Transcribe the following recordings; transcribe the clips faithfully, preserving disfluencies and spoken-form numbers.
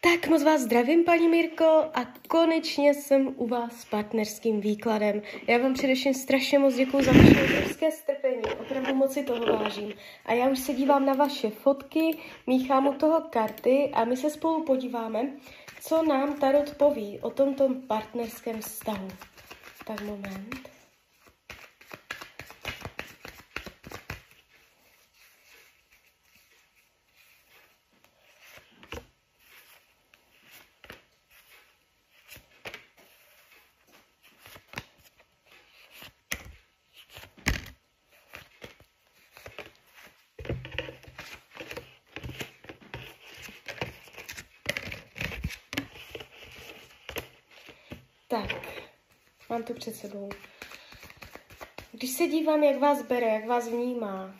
Tak moc vás zdravím, paní Mirko, a konečně jsem u vás s partnerským výkladem. Já vám především strašně moc děkuju za vaše obrovské strpení, opravdu moc si toho vážím. A já už se dívám na vaše fotky, míchám u toho karty a my se spolu podíváme, co nám tarot poví o tomto partnerském vztahu. Tak moment. Tak, mám to před sebou. Když se dívám, jak vás bere, jak vás vnímá,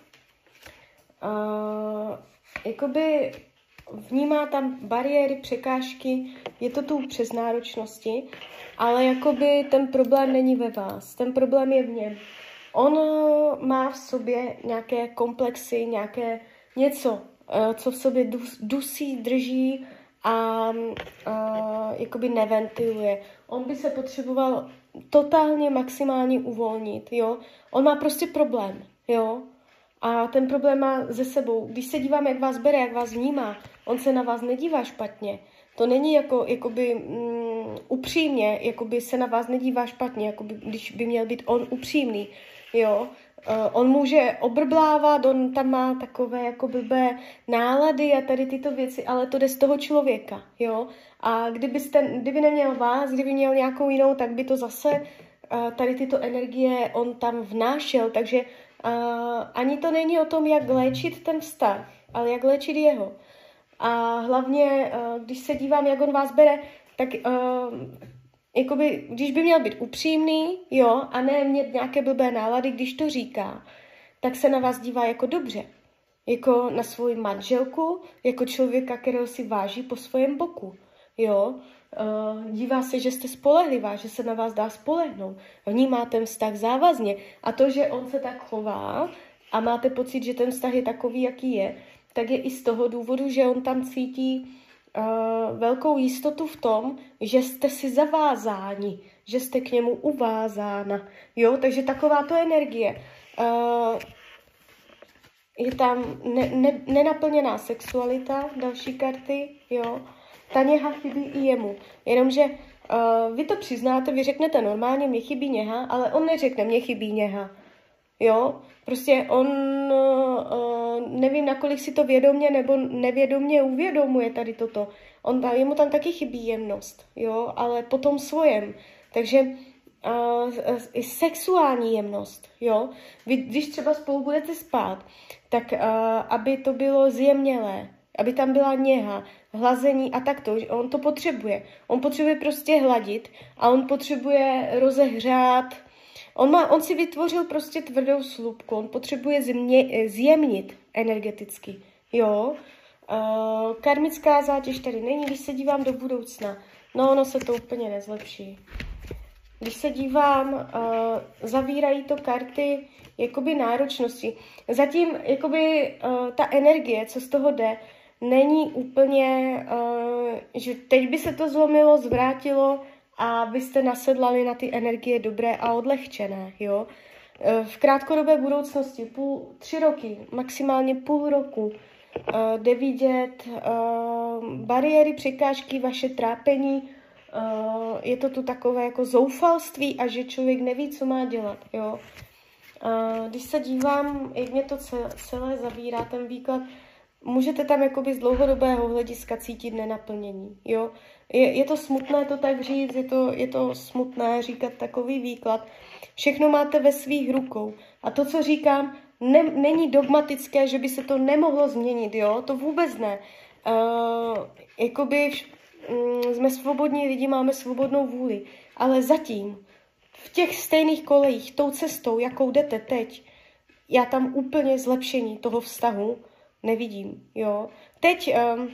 uh, jakoby vnímá tam bariéry, překážky, je to tu přes náročnosti, ale jakoby ten problém není ve vás, ten problém je v něm. On uh, má v sobě nějaké komplexy, nějaké něco, uh, co v sobě dus, dusí, drží, a uh, jakoby neventiluje. On by se potřeboval totálně maximálně uvolnit, jo. On má prostě problém, jo. A ten problém má ze sebou. Když se dívám, jak vás bere, jak vás vnímá, on se na vás nedívá špatně. To není jako, jakoby um, upřímně, jakoby se na vás nedívá špatně, jakoby, když by měl být on upřímný, jo. Uh, on může obrblávat, on tam má takové jako blbé nálady a tady tyto věci, ale to jde z toho člověka, jo. A kdybyste, kdyby neměl vás, kdyby měl nějakou jinou, tak by to zase uh, tady tyto energie on tam vnášel, takže uh, ani to není o tom, jak léčit ten vztah, ale jak léčit jeho. A hlavně, uh, když se dívám, jak on vás bere, tak uh, jakoby, když by měl být upřímný, jo, a ne mít nějaké blbé nálady, když to říká, tak se na vás dívá jako dobře. Jako na svoji manželku, jako člověka, kterého si váží po svém boku, jo. Uh, dívá se, že jste spolehlivá, že se na vás dá spolehnout. Vnímá ten vztah závazně. A to, že on se tak chová a máte pocit, že ten vztah je takový, jaký je, tak je i z toho důvodu, že on tam cítí Uh, velkou jistotu v tom, že jste si zavázáni, že jste k němu uvázána, jo, takže taková to energie. Uh, je tam ne, ne, nenaplněná sexualita, další karty, jo, ta něha chybí i jemu, jenomže uh, vy to přiznáte, vy řeknete normálně, mě chybí něha, ale on neřekne, mě chybí něha, jo, prostě on, uh, nevím, nakolik si to vědomě nebo nevědomě uvědomuje tady toto. On, jemu tam taky chybí jemnost, jo, ale potom svojem. Takže uh, i sexuální jemnost, jo. Vy, když třeba spolu budete spát, tak uh, aby to bylo zjemnělé, aby tam byla něha, hlazení a takto. On to potřebuje. On potřebuje prostě hladit a on potřebuje rozehřát. On, má, on si vytvořil prostě tvrdou slupku, on potřebuje změ, zjemnit energeticky, jo. Uh, karmická zátěž tady není, když se dívám do budoucna, no ono se to úplně nezlepší. Když se dívám, uh, zavírají to karty jakoby náročnosti. Zatím jakoby uh, ta energie, co z toho jde, není úplně, uh, že teď by se to zlomilo, zvrátilo, a vy jste nasedlali na ty energie dobré a odlehčené, jo. V krátkodobé budoucnosti, půl, tři roky, maximálně půl roku, jde vidět bariéry, překážky, vaše trápení, je to tu takové jako zoufalství a že člověk neví, co má dělat, jo. Když se dívám, jak mě to celé zavírá, ten výklad, můžete tam jakoby z dlouhodobého hlediska cítit nenaplnění, jo. Je, je to smutné to tak říct, je to, je to smutné říkat takový výklad. Všechno máte ve svých rukou. A to, co říkám, ne, není dogmatické, že by se to nemohlo změnit, jo? To vůbec ne. Uh, jakoby um, jsme svobodní lidi, máme svobodnou vůli. Ale zatím, v těch stejných kolejích, tou cestou, jakou jdete teď, já tam úplně zlepšení toho vztahu nevidím, jo? Teď... Um,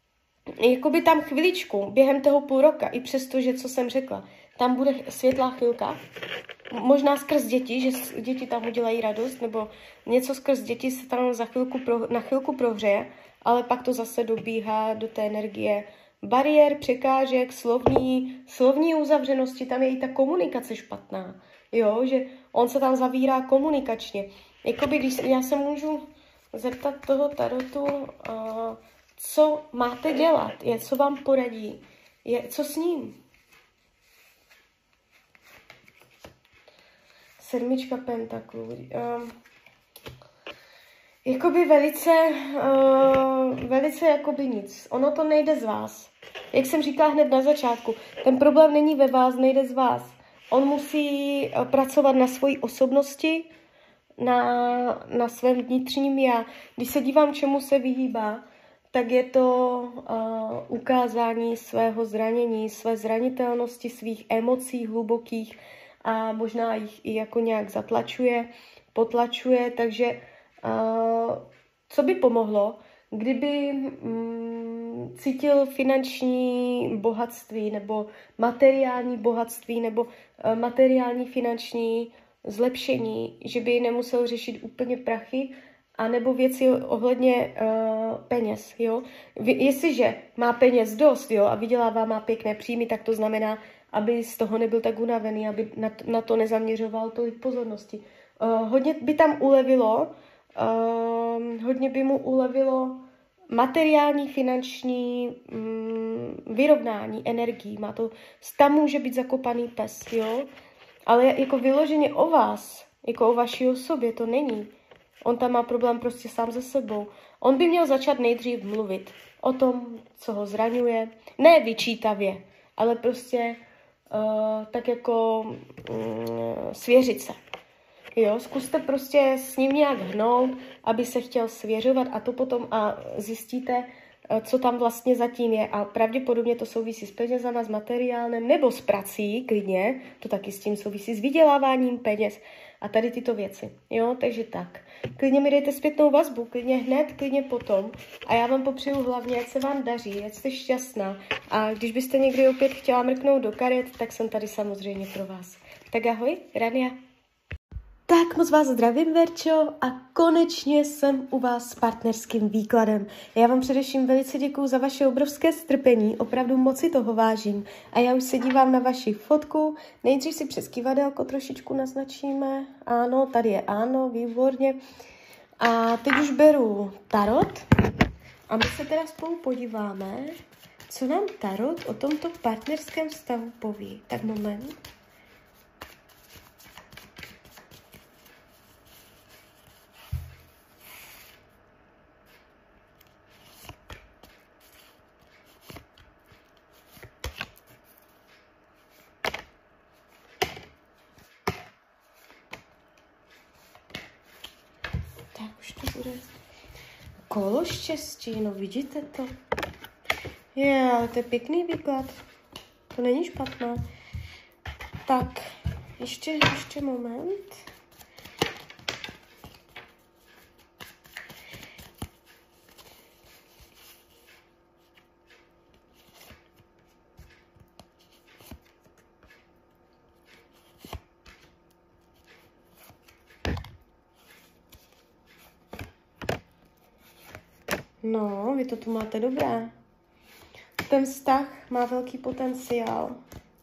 Jakoby tam chviličku, během toho půl roka, i přesto, že co jsem řekla, tam bude světlá chvilka, možná skrz děti, že děti tam udělají radost, nebo něco skrz děti se tam za chvilku pro, na chvilku prohřeje, ale pak to zase dobíhá do té energie bariér, překážek, slovní, slovní uzavřenosti, tam je i ta komunikace špatná, jo, že on se tam zavírá komunikačně. Jakoby, když já se můžu zeptat toho tarotu, uh, co máte dělat, je, co vám poradí, je, co s ním. Sedmička pentaklů. Um, jakoby velice, uh, velice jakoby nic. Ono to nejde z vás. Jak jsem říkala hned na začátku, ten problém není ve vás, nejde z vás. On musí uh, pracovat na svojí osobnosti, na, na svém vnitřním já. Když se dívám, čemu se vyhýbá, tak je to uh, ukázání svého zranění, své zranitelnosti, svých emocí hlubokých a možná jich i jako nějak zatlačuje, potlačuje, takže uh, co by pomohlo, kdyby um, cítil finanční bohatství nebo materiální bohatství nebo uh, materiální finanční zlepšení, že by nemusel řešit úplně prachy, a nebo věci ohledně uh, peněz, jo. Jestliže má peněz dost, jo, a vydělává, má pěkné příjmy, tak to znamená, aby z toho nebyl tak unavený, aby na to, na to nezaměřoval tolik pozornosti. Uh, hodně by tam ulevilo, uh, hodně by mu ulevilo materiální, finanční um, vyrovnání energií. Má to, tam může být zakopaný pes, jo. Ale jako vyloženě o vás, jako o vaší osobě, to není. On tam má problém prostě sám se sebou. On by měl začít nejdřív mluvit o tom, co ho zraňuje. Ne vyčítavě, ale prostě uh, tak jako um, svěřit se. Jo, zkuste prostě s ním nějak hnout, aby se chtěl svěřovat a to potom a zjistíte, uh, co tam vlastně zatím je. A pravděpodobně to souvisí s penězama, s materiálem nebo s prací, klidně. To taky s tím souvisí s vyděláváním peněz. A tady tyto věci, jo, takže tak. Klidně mi dejte zpětnou vazbu, klidně hned, klidně potom. A já vám popřeju hlavně, ať se vám daří, ať jste šťastná. A když byste někdy opět chtěla mrknout do karet, tak jsem tady samozřejmě pro vás. Tak ahoj, Rania. Tak moc vás zdravím, Verčo, a konečně jsem u vás s partnerským výkladem. Já vám především velice děkuju za vaše obrovské strpení, opravdu moc si toho vážím. A já už se dívám na vaši fotku, nejdřív si přes kývadelko trošičku naznačíme. Ano, tady je ano, výborně. A teď už beru tarot a my se teda spolu podíváme, co nám tarot o tomto partnerském vztahu poví. Tak moment. Tak už to bude kolo štěstí, no vidíte to? Je, ale to je pěkný výklad. To není špatné. Tak, ještě, ještě moment. No, vy to tu máte dobré. Ten vztah má velký potenciál.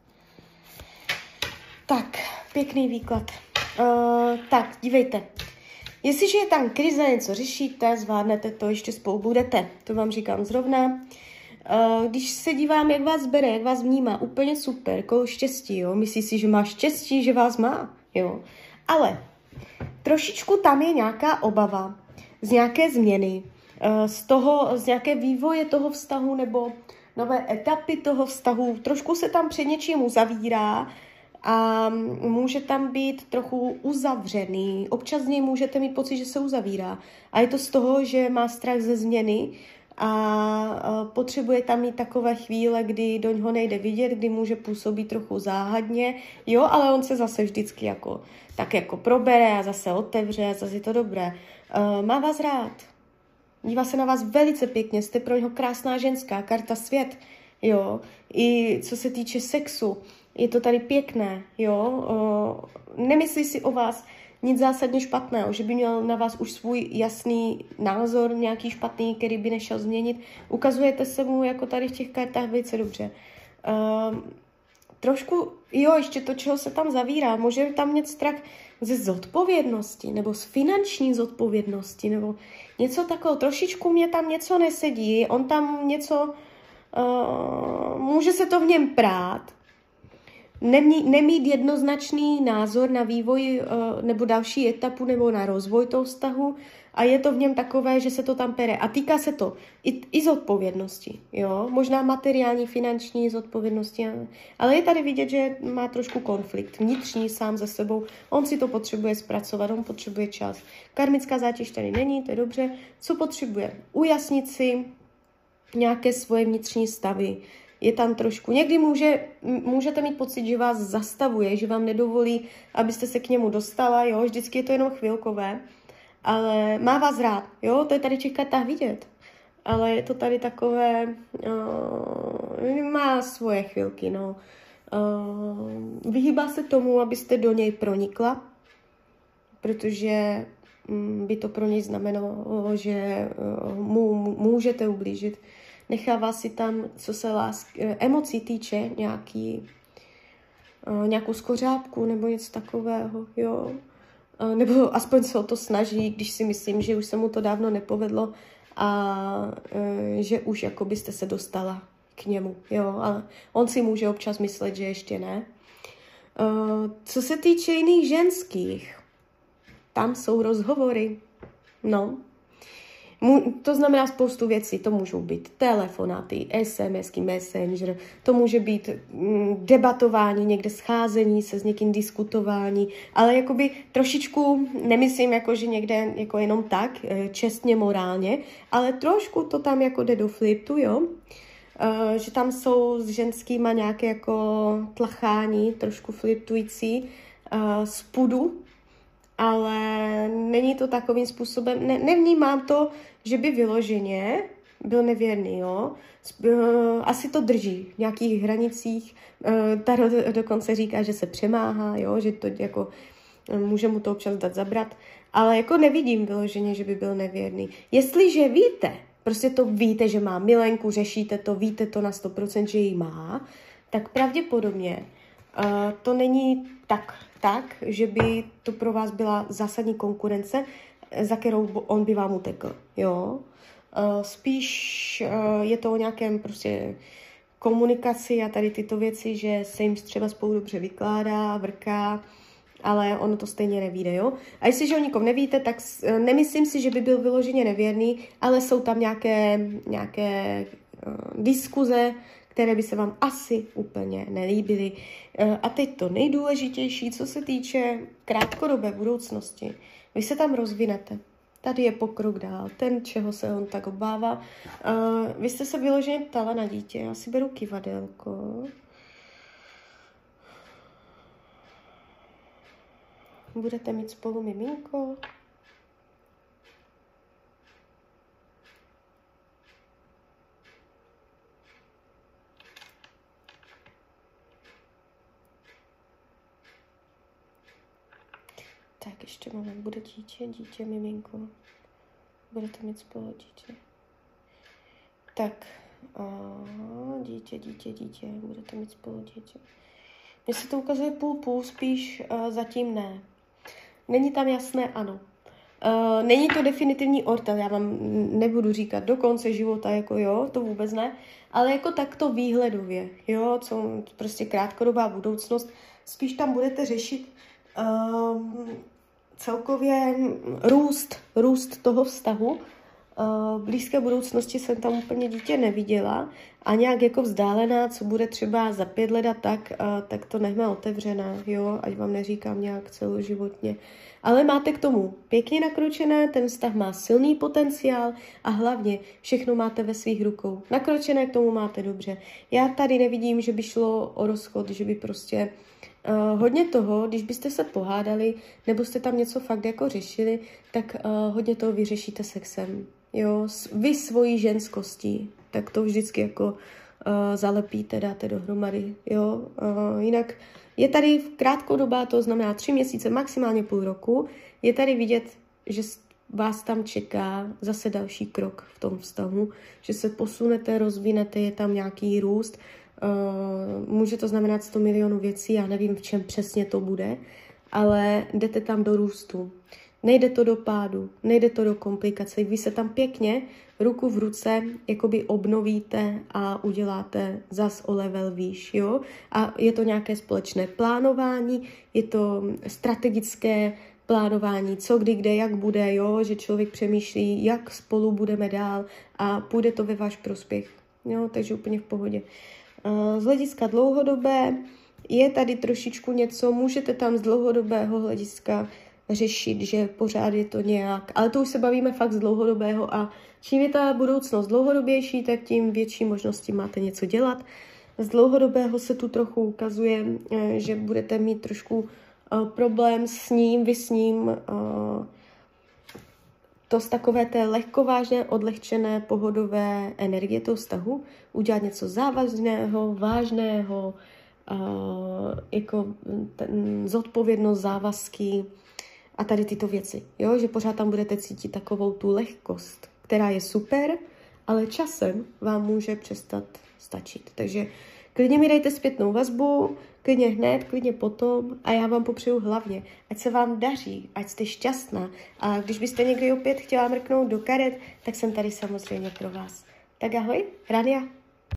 Tak, pěkný výklad. Uh, tak, dívejte. Jestliže je tam krize, něco řešíte, zvládnete to, ještě spolu budete. To vám říkám zrovna. Uh, když se dívám, jak vás bere, jak vás vnímá, úplně super, kolo štěstí, jo. Myslí si, že má štěstí, že vás má, jo. Ale trošičku tam je nějaká obava z nějaké změny, z toho, z nějaké vývoje toho vztahu nebo nové etapy toho vztahu. Trošku se tam před něčím uzavírá a může tam být trochu uzavřený. Občas z něj můžete mít pocit, že se uzavírá. A je to z toho, že má strach ze změny a potřebuje tam mít takové chvíle, kdy do něho nejde vidět, kdy může působit trochu záhadně, jo, ale on se zase vždycky jako, tak jako probere a zase otevře a zase je to dobré. Uh, má vás rád. Dívá se na vás velice pěkně, jste pro něho krásná ženská, karta svět, jo. I co se týče sexu, je to tady pěkné, jo. Uh, nemyslí si o vás nic zásadně špatného, že by měl na vás už svůj jasný názor, nějaký špatný, který by nešel změnit. Ukazujete se mu jako tady v těch kartách velice dobře. Uh, trošku, jo, ještě to, čeho se tam zavírá, může tam mít strach ze zodpovědnosti, nebo z finanční zodpovědnosti, nebo něco takového. Trošičku mě tam něco nesedí, on tam něco, uh, může se to v něm prát, Nemí, nemít jednoznačný názor na vývoj uh, nebo další etapu nebo na rozvoj toho vztahu a je to v něm takové, že se to tam pere. A týká se to i, i zodpovědnosti, jo? Možná materiální, finanční zodpovědnosti, ale je tady vidět, že má trošku konflikt vnitřní sám ze sebou. On si to potřebuje zpracovat, on potřebuje čas. Karmická zátěž tady není, to je dobře. Co potřebuje? Ujasnit si nějaké svoje vnitřní stavy. Je tam trošku, někdy může, můžete mít pocit, že vás zastavuje, že vám nedovolí, abyste se k němu dostala, jo, vždycky je to jenom chvilkové, ale má vás rád, jo, to je tady v těch kartách vidět, ale je to tady takové, uh, má svoje chvilky, no, uh, vyhýbá se tomu, abyste do něj pronikla, protože um, by to pro něj znamenalo, že uh, mu můžete ublížit. Nechává si tam, co se lásky, emocí týče, nějaký, uh, nějakou skořápku nebo něco takového, jo. Uh, nebo aspoň se o to snaží, když si myslím, že už se mu to dávno nepovedlo a uh, že už jako byste se dostala k němu, jo. Ale on si může občas myslet, že ještě ne. Uh, co se týče jiných ženských, tam jsou rozhovory, no. To znamená spoustu věcí, to můžou být telefonáty, SMSky, Messenger, to může být mm, debatování, někde scházení se s někým, diskutování, ale jakoby trošičku, nemyslím jako, že někde jako jenom tak, čestně, morálně, ale trošku to tam jako jde do flirtu, jo, uh, že tam jsou s ženskýma nějaké jako tlachání, trošku flirtující, uh, z pudu, ale není to takovým způsobem, ne, nevnímám to, že by vyloženě byl nevěrný, jo. Asi to drží v nějakých hranicích, Tarot dokonce říká, že se přemáhá, jo, že to jako může mu to občas dát zabrat, ale jako nevidím vyloženě, že by byl nevěrný. Jestliže víte, prostě to víte, že má milenku, řešíte to, víte to na sto procent, že ji má, tak pravděpodobně uh, to není tak, tak, že by to pro vás byla zásadní konkurence, za kterou on by vám utekl, jo. Uh, spíš uh, je to o nějakém prostě komunikaci a tady tyto věci, že se jim třeba spolu dobře vykládá, vrká, ale ono to stejně nevíde, jo. A jestliže o nikom nevíte, tak uh, nemyslím si, že by byl vyloženě nevěrný, ale jsou tam nějaké, nějaké uh, diskuze, které by se vám asi úplně nelíbily. Uh, a teď to nejdůležitější, co se týče krátkodobé budoucnosti. Vy se tam rozvinete. Tady je pokrok dál. Ten, čeho se on tak obává. Uh, vy jste se vyloženě ptala na dítě. Já si beru kivadelko. Budete mít spolu miminko? Tak ještě moment, bude dítě, dítě, miminko. Budete mít spolu dítě. Tak, o, dítě, dítě, dítě, budete mít spolu dítě. Mně se to ukazuje půl půl, spíš uh, zatím ne. Není tam jasné ano. Uh, není to definitivní ortel, já vám nebudu říkat do konce života, jako jo, to vůbec ne, ale jako takto výhledově, jo, co prostě krátkodobá budoucnost, spíš tam budete řešit uh, celkově růst, růst toho vztahu. Uh, blízké budoucnosti jsem tam úplně dítě neviděla a nějak jako vzdálená, co bude třeba za pět let a tak, uh, tak to nechme otevřené, jo, ať vám neříkám nějak celoživotně. Ale máte k tomu pěkně nakročené, ten vztah má silný potenciál a hlavně všechno máte ve svých rukou. Nakročené k tomu máte dobře. Já tady nevidím, že by šlo o rozchod, že by prostě uh, hodně toho, když byste se pohádali nebo jste tam něco fakt jako řešili, tak uh, hodně toho vyřešíte sexem. Jo, vy svojí ženskostí, tak to vždycky jako zalepíte, dáte dohromady, jo. Uh, jinak je tady v krátkodobá, to znamená tři měsíce, maximálně půl roku, je tady vidět, že vás tam čeká zase další krok v tom vztahu, že se posunete, rozvinete, je tam nějaký růst, uh, může to znamenat sto milionů věcí, já nevím, v čem přesně to bude, ale jdete tam do růstu. Nejde to do pádu, nejde to do komplikací. Vy se tam pěkně ruku v ruce jakoby obnovíte a uděláte zas o level výš, jo? A je to nějaké společné plánování, je to strategické plánování, co, kdy, kde, jak bude, jo? Že člověk přemýšlí, jak spolu budeme dál a půjde to ve váš prospěch, jo? Takže úplně v pohodě. Z hlediska dlouhodobé je tady trošičku něco, můžete tam z dlouhodobého hlediska řešit, že pořád je to nějak, ale to už se bavíme fakt z dlouhodobého a čím je ta budoucnost dlouhodobější, tak tím větší možnosti máte něco dělat. Z dlouhodobého se tu trochu ukazuje, že budete mít trošku problém s ním, vy s ním, to z takové té lehkovážné, odlehčené, pohodové energie toho vztahu, udělat něco závazného, vážného, jako ten, zodpovědnost, závazky, a tady tyto věci, jo? Že pořád tam budete cítit takovou tu lehkost, která je super, ale časem vám může přestat stačit. Takže klidně mi dejte zpětnou vazbu, klidně hned, klidně potom a já vám popřeju hlavně, ať se vám daří, ať jste šťastná a když byste někdy opět chtěla mrknout do karet, tak jsem tady samozřejmě pro vás. Tak ahoj, Rania.